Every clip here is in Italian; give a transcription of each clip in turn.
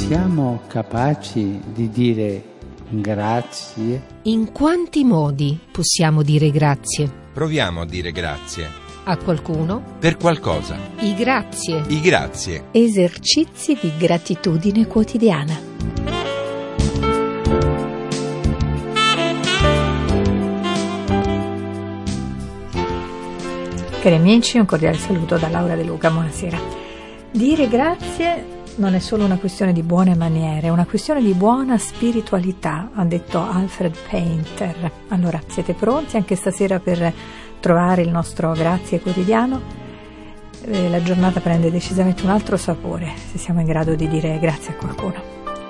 Siamo capaci di dire grazie? In quanti modi possiamo dire grazie? Proviamo a dire grazie. A qualcuno? Per qualcosa. I grazie. I grazie. Esercizi di gratitudine quotidiana. Cari amici, un cordiale saluto da Laura De Luca, buonasera. Dire grazie non è solo una questione di buone maniere, è una questione di buona spiritualità, ha detto Alfred Painter. Allora, siete pronti anche stasera per trovare il nostro grazie quotidiano? La giornata prende decisamente un altro sapore se siamo in grado di dire grazie a qualcuno.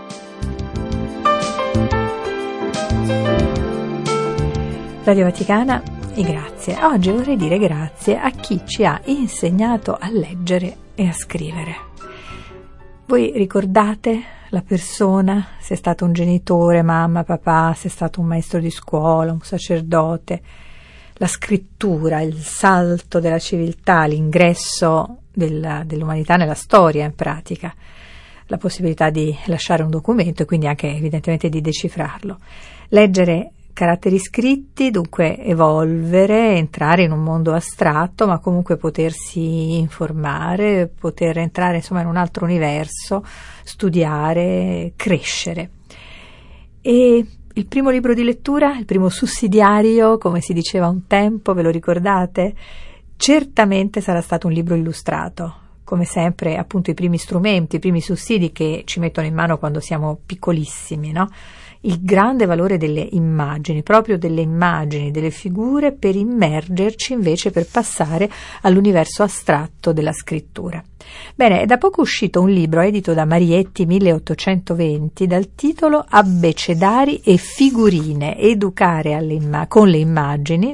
Radio Vaticana, i grazie. Oggi vorrei dire grazie a chi ci ha insegnato a leggere e a scrivere. Voi ricordate la persona, se è stato un genitore, mamma, papà, se è stato un maestro di scuola, un sacerdote, la scrittura, il salto della civiltà, l'ingresso dell'umanità nella storia in pratica, la possibilità di lasciare un documento e quindi anche evidentemente di decifrarlo. Leggere caratteri scritti, dunque evolvere, entrare in un mondo astratto, ma comunque potersi informare, poter entrare insomma in un altro universo, studiare, crescere. E il primo libro di lettura, il primo sussidiario, come si diceva un tempo, ve lo ricordate? Certamente sarà stato un libro illustrato. Come sempre, appunto, i primi strumenti, i primi sussidi che ci mettono in mano quando siamo piccolissimi, no? Il grande valore delle immagini, proprio delle immagini, delle figure, per immergerci invece, per passare all'universo astratto della scrittura. Bene, è da poco uscito un libro edito da Marietti 1820 dal titolo Abbecedari e figurine, educare con le immagini,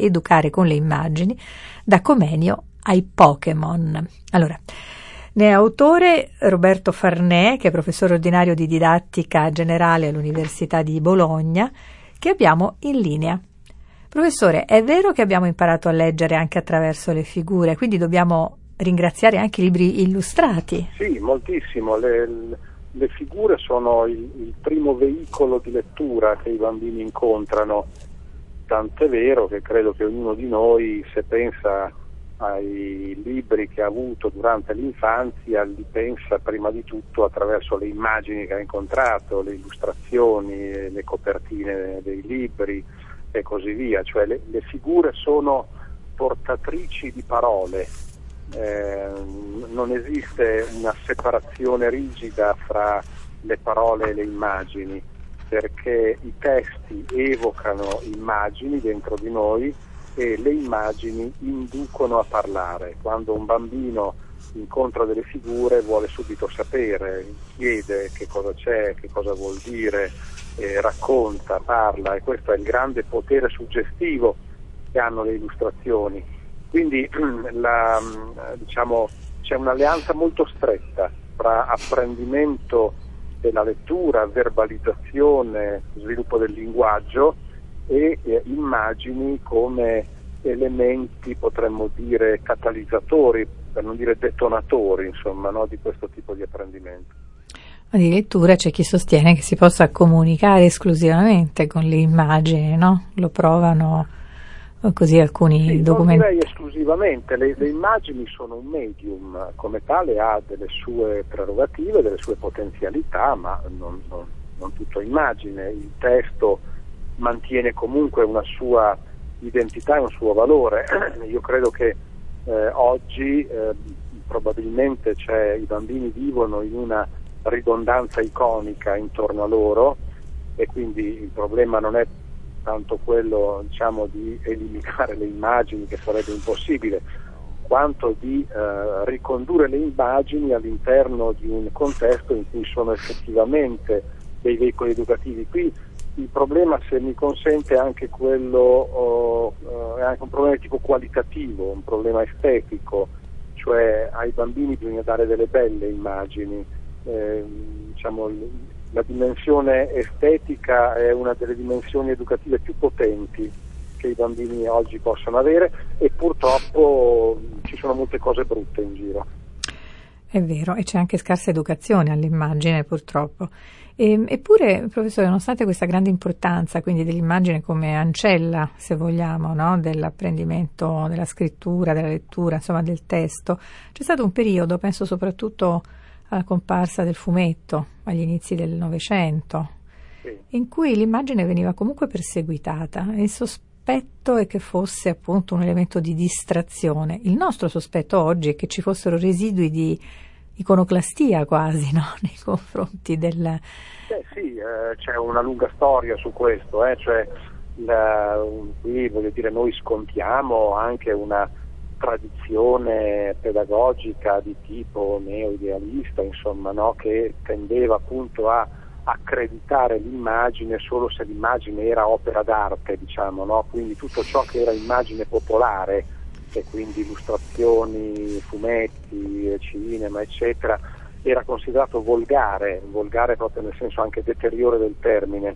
da Comenio ai Pokémon. Allora, ne è autore Roberto Farnè, che è professore ordinario di didattica generale all'Università di Bologna, che abbiamo in linea. Professore, è vero che abbiamo imparato a leggere anche attraverso le figure, quindi dobbiamo ringraziare anche i libri illustrati? Sì, moltissimo. Le figure sono il primo veicolo di lettura che i bambini incontrano, tant'è vero che credo che ognuno di noi, se pensa ai libri che ha avuto durante l'infanzia, li pensa prima di tutto attraverso le immagini che ha incontrato, le illustrazioni, le copertine dei libri e così via, cioè le figure sono portatrici di parole, non esiste una separazione rigida fra le parole e le immagini, perché i testi evocano immagini dentro di noi e le immagini inducono a parlare. Quando un bambino incontra delle figure vuole subito sapere, chiede che cosa c'è, che cosa vuol dire, racconta, parla, e questo è il grande potere suggestivo che hanno le illustrazioni. Quindi c'è un'alleanza molto stretta fra apprendimento della lettura, verbalizzazione, sviluppo del linguaggio e immagini come elementi, potremmo dire, catalizzatori, per non dire detonatori, insomma, no, di questo tipo di apprendimento. Addirittura c'è chi sostiene che si possa comunicare esclusivamente con le immagini, no? Lo provano così alcuni documenti. Non direi esclusivamente, le immagini sono un medium, come tale ha delle sue prerogative, delle sue potenzialità, ma non tutto immagine. Il testo mantiene comunque una sua identità e un suo valore. Io credo che oggi probabilmente i bambini vivono in una ridondanza iconica intorno a loro, e quindi il problema non è tanto quello, di eliminare le immagini, che sarebbe impossibile, quanto di ricondurre le immagini all'interno di un contesto in cui sono effettivamente dei veicoli educativi. Qui il problema, se mi consente, è anche quello, è anche un problema di tipo qualitativo, un problema estetico, cioè ai bambini bisogna dare delle belle immagini. La dimensione estetica è una delle dimensioni educative più potenti che i bambini oggi possono avere, e purtroppo ci sono molte cose brutte in giro. è vero, e c'è anche scarsa educazione all'immagine purtroppo. Eppure, professore, nonostante questa grande importanza quindi dell'immagine come ancella, se vogliamo, no? Dell'apprendimento, della scrittura, della lettura, insomma del testo, c'è stato un periodo, penso soprattutto alla comparsa del fumetto, agli inizi del Novecento, in cui l'immagine veniva comunque perseguitata e il sospetto è che fosse appunto un elemento di distrazione. Il nostro sospetto oggi è che ci fossero residui di iconoclastia quasi, no? Nei confronti del... Sì, c'è una lunga storia su questo, cioè qui voglio dire noi scontiamo anche una tradizione pedagogica di tipo neoidealista, insomma, no? Che tendeva appunto a accreditare l'immagine solo se l'immagine era opera d'arte, diciamo, no? Quindi tutto ciò che era immagine popolare, e quindi illustrazioni, fumetti, cinema, eccetera, era considerato volgare proprio nel senso anche deteriore del termine,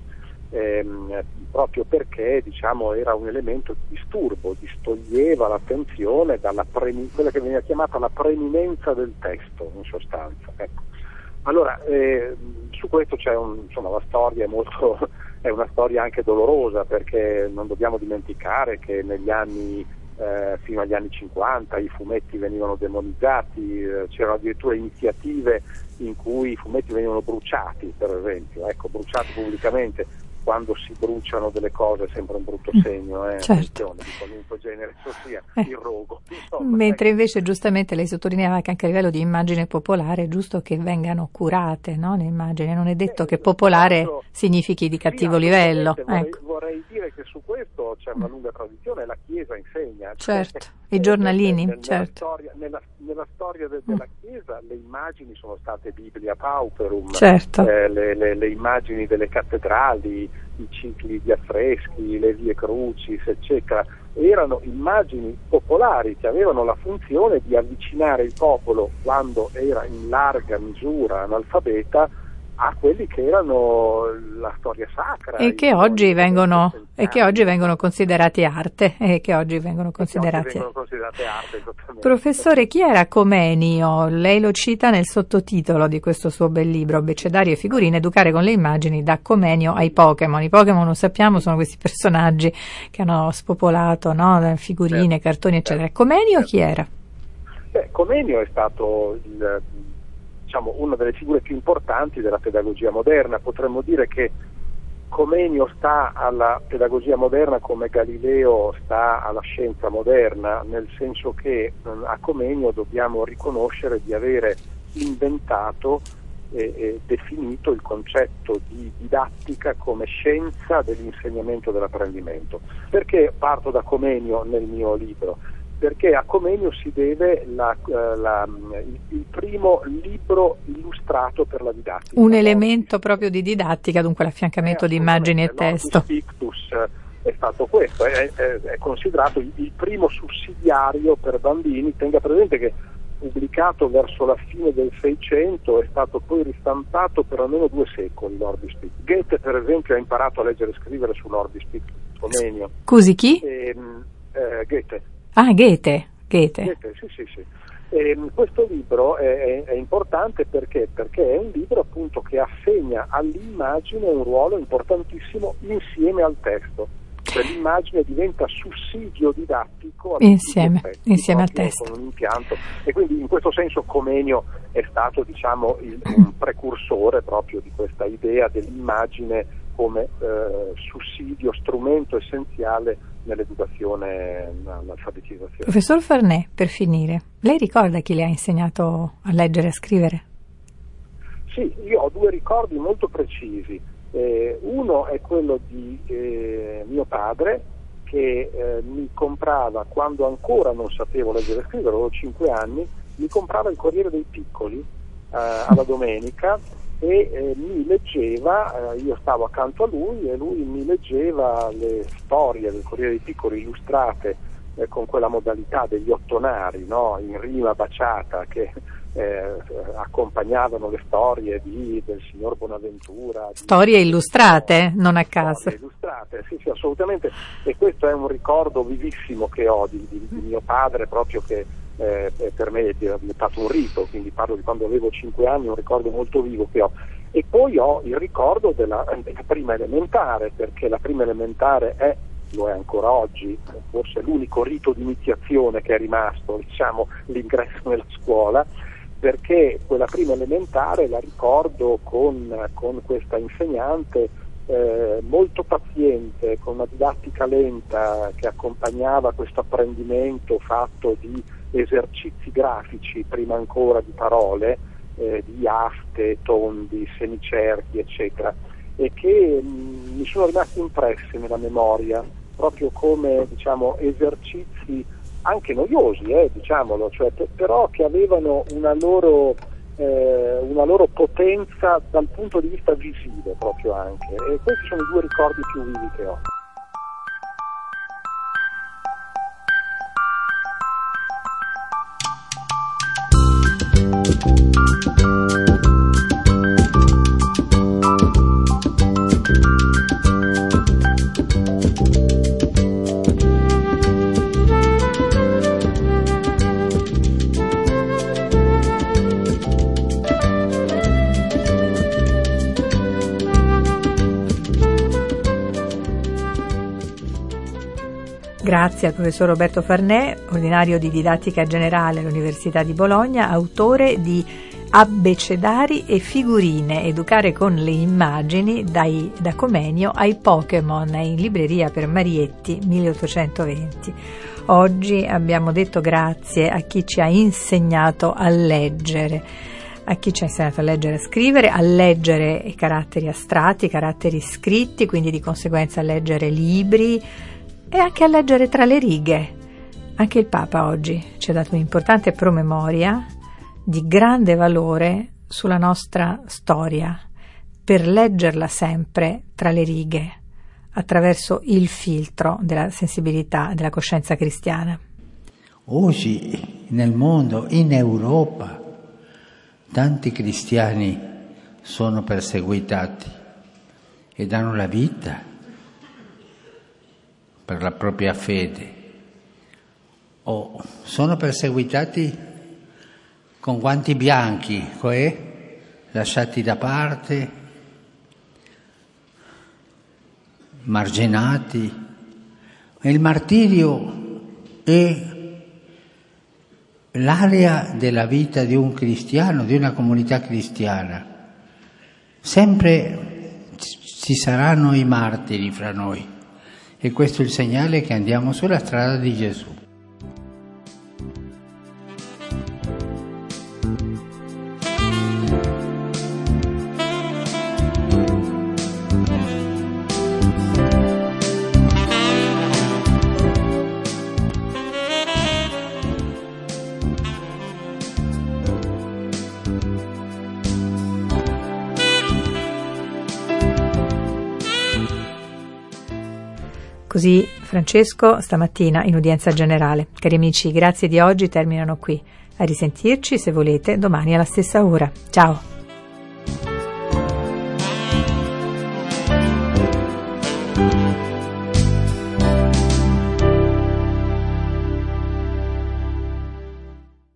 proprio perché, diciamo, era un elemento di disturbo, distoglieva l'attenzione dalla quella che veniva chiamata la preminenza del testo, in sostanza. Ecco. Allora, su questo c'è la storia è una storia anche dolorosa, perché non dobbiamo dimenticare che negli anni fino agli anni 50 i fumetti venivano demonizzati, c'erano addirittura iniziative in cui i fumetti venivano bruciati, per esempio, bruciati pubblicamente. Quando si bruciano delle cose è sempre un brutto segno, certo. Di qualunque genere esso sia, il rogo. Insomma, mentre invece giustamente lei sottolineava che anche a livello di immagine popolare è giusto che vengano curate, no? Le immagini, non è detto che popolare significhi di cattivo livello. Vorrei dire che su questo c'è una lunga tradizione, la Chiesa insegna. Certo, i giornalini, certo. Nella storia della Chiesa le immagini sono state Biblia Pauperum, certo. Le immagini delle cattedrali, i cicli di affreschi, le vie crucis, eccetera, erano immagini popolari che avevano la funzione di avvicinare il popolo, quando era in larga misura analfabeta, a quelli che erano la storia sacra e che oggi vengono considerati arte arte. Professore, chi era Comenio? Lei lo cita nel sottotitolo di questo suo bel libro, Abbecedario e figurine, educare con le immagini da Comenio ai Pokémon. I Pokémon, lo sappiamo, sono questi personaggi che hanno spopolato, no? Figurine, cartoni, eccetera. Comenio chi era? Comenio è stato una delle figure più importanti della pedagogia moderna. Potremmo dire che Comenio sta alla pedagogia moderna come Galileo sta alla scienza moderna, nel senso che a Comenio dobbiamo riconoscere di avere inventato e definito il concetto di didattica come scienza dell'insegnamento e dell'apprendimento. Perché parto da Comenio nel mio libro? Perché a Comenio si deve il primo libro illustrato per la didattica. Un elemento proprio di didattica, dunque l'affiancamento di immagini e testo. Pictus è stato questo, è considerato il primo sussidiario per bambini. Tenga presente che pubblicato verso la fine del Seicento è stato poi ristampato per almeno 2 secoli l'Orbis Pictus. Goethe, per esempio, ha imparato a leggere e scrivere sull'Orbis Pictus. Comenio. Scusi, chi? Goethe. Ah, Goethe. Sì. Questo libro è importante perché è un libro appunto che assegna all'immagine un ruolo importantissimo insieme al testo. Cioè l'immagine diventa sussidio didattico insieme al testo, con un impianto, e quindi in questo senso Comenio è stato un precursore proprio di questa idea dell'immagine come sussidio, strumento essenziale nell'educazione, all'alfabetizzazione. Professor Farnè, per finire, lei ricorda chi le ha insegnato a leggere e a scrivere? Sì, io ho 2 ricordi molto precisi. Uno è quello di mio padre, che mi comprava, quando ancora non sapevo leggere e scrivere, avevo 5 anni, mi comprava il Corriere dei Piccoli alla domenica e mi leggeva, io stavo accanto a lui e lui mi leggeva le storie del Corriere dei Piccoli illustrate con quella modalità degli ottonari, no? In rima baciata, che accompagnavano le storie del signor Bonaventura. Storie illustrate, non a caso. Storie illustrate, sì, assolutamente, e questo è un ricordo vivissimo che ho di mio padre, proprio che per me è diventato un rito, quindi parlo di quando avevo 5 anni, un ricordo molto vivo che ho. E poi ho il ricordo della prima elementare, perché la prima elementare lo è ancora oggi, forse l'unico rito di iniziazione che è rimasto, diciamo, l'ingresso nella scuola, perché quella prima elementare la ricordo con questa insegnante molto paziente, con una didattica lenta che accompagnava questo apprendimento fatto di esercizi grafici prima ancora di parole, di aste, tondi, semicerchi, eccetera, e che mi sono rimasti impressi nella memoria proprio come, diciamo, esercizi anche noiosi, diciamolo, cioè, però che avevano una loro potenza dal punto di vista visivo proprio anche, e questi sono i due ricordi più vivi che ho. Grazie al professor Roberto Farnè, ordinario di didattica generale all'Università di Bologna, autore di Abbecedari e figurine, educare con le immagini da Comenio ai Pokémon, in libreria per Marietti 1820. Oggi abbiamo detto grazie a chi ci ha insegnato a leggere, a chi ci ha insegnato a leggere e a scrivere, a leggere i caratteri astratti, i caratteri scritti, quindi di conseguenza a leggere libri e anche a leggere tra le righe. Anche il Papa oggi ci ha dato un'importante promemoria di grande valore sulla nostra storia, per leggerla sempre tra le righe, attraverso il filtro della sensibilità, della coscienza cristiana. Oggi nel mondo, in Europa, tanti cristiani sono perseguitati e danno la vita per la propria fede, o sono perseguitati con guanti bianchi, lasciati da parte, marginati. Il martirio è l'area della vita di un cristiano, di una comunità cristiana. Sempre ci saranno i martiri fra noi. E questo è il segnale che andiamo sulla strada di Gesù. Così Francesco stamattina in udienza generale. Cari amici, i grazie di oggi terminano qui. A risentirci, se volete, domani alla stessa ora. Ciao!